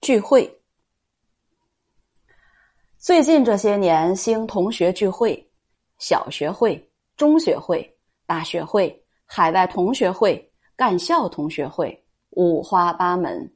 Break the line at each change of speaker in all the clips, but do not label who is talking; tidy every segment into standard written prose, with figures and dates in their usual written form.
聚会。最近这些年兴同学聚会，小学会、中学会、大学会、海外同学会、干校同学会，五花八门。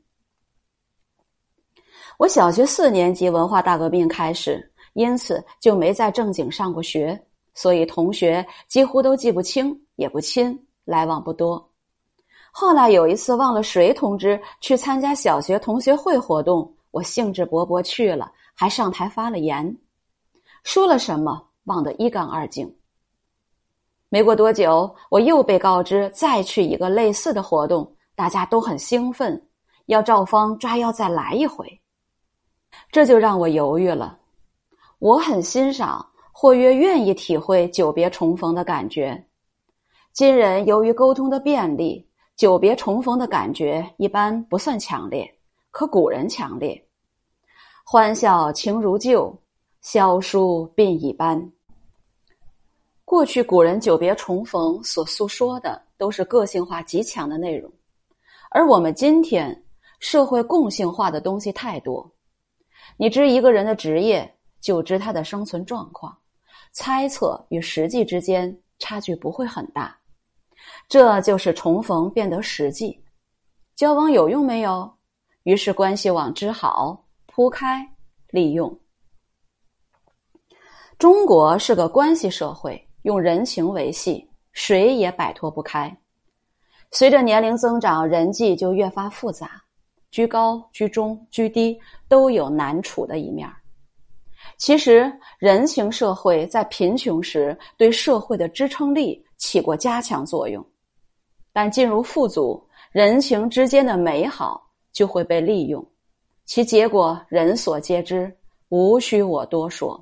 我小学4年级文化大革命开始，因此就没再正经上过学，所以同学几乎都记不清，也不亲，来往不多。后来有一次忘了谁通知去参加小学同学会活动，我兴致勃勃去了，还上台发了言，说了什么忘得一干二净。没过多久，我又被告知再去一个类似的活动，大家都很兴奋，要照方抓腰再来一回。这就让我犹豫了。我很欣赏或越愿意体会久别重逢的感觉。今人由于沟通的便利，久别重逢的感觉一般不算强烈，可古人强烈。欢笑情如旧，萧疏鬓已斑。过去古人久别重逢所诉说的都是个性化极强的内容，而我们今天社会共性化的东西太多。你知一个人的职业，就知他的生存状况，猜测与实际之间差距不会很大。这就是重逢变得实际。交往有用没有？于是关系网织好，铺开，利用。中国是个关系社会，用人情维系，谁也摆脱不开。随着年龄增长，人际就越发复杂，居高、居中、居低都有难处的一面。其实人情社会在贫穷时对社会的支撑力起过加强作用，但进入富足，人情之间的美好就会被利用，其结果人所皆知，无需我多说。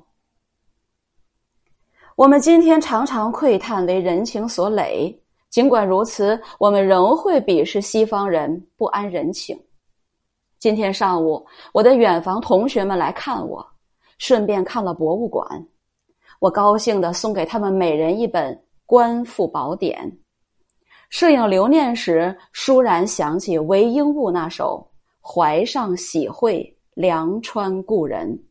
我们今天常常喟叹为人情所累，尽管如此，我们仍会鄙视西方人不谙人情。今天上午，我的远房同学们来看我，顺便看了博物馆。我高兴地送给他们每人一本《观复宝典》。摄影留念时，倏然想起韦应物那首“怀上喜会，凉川故人”。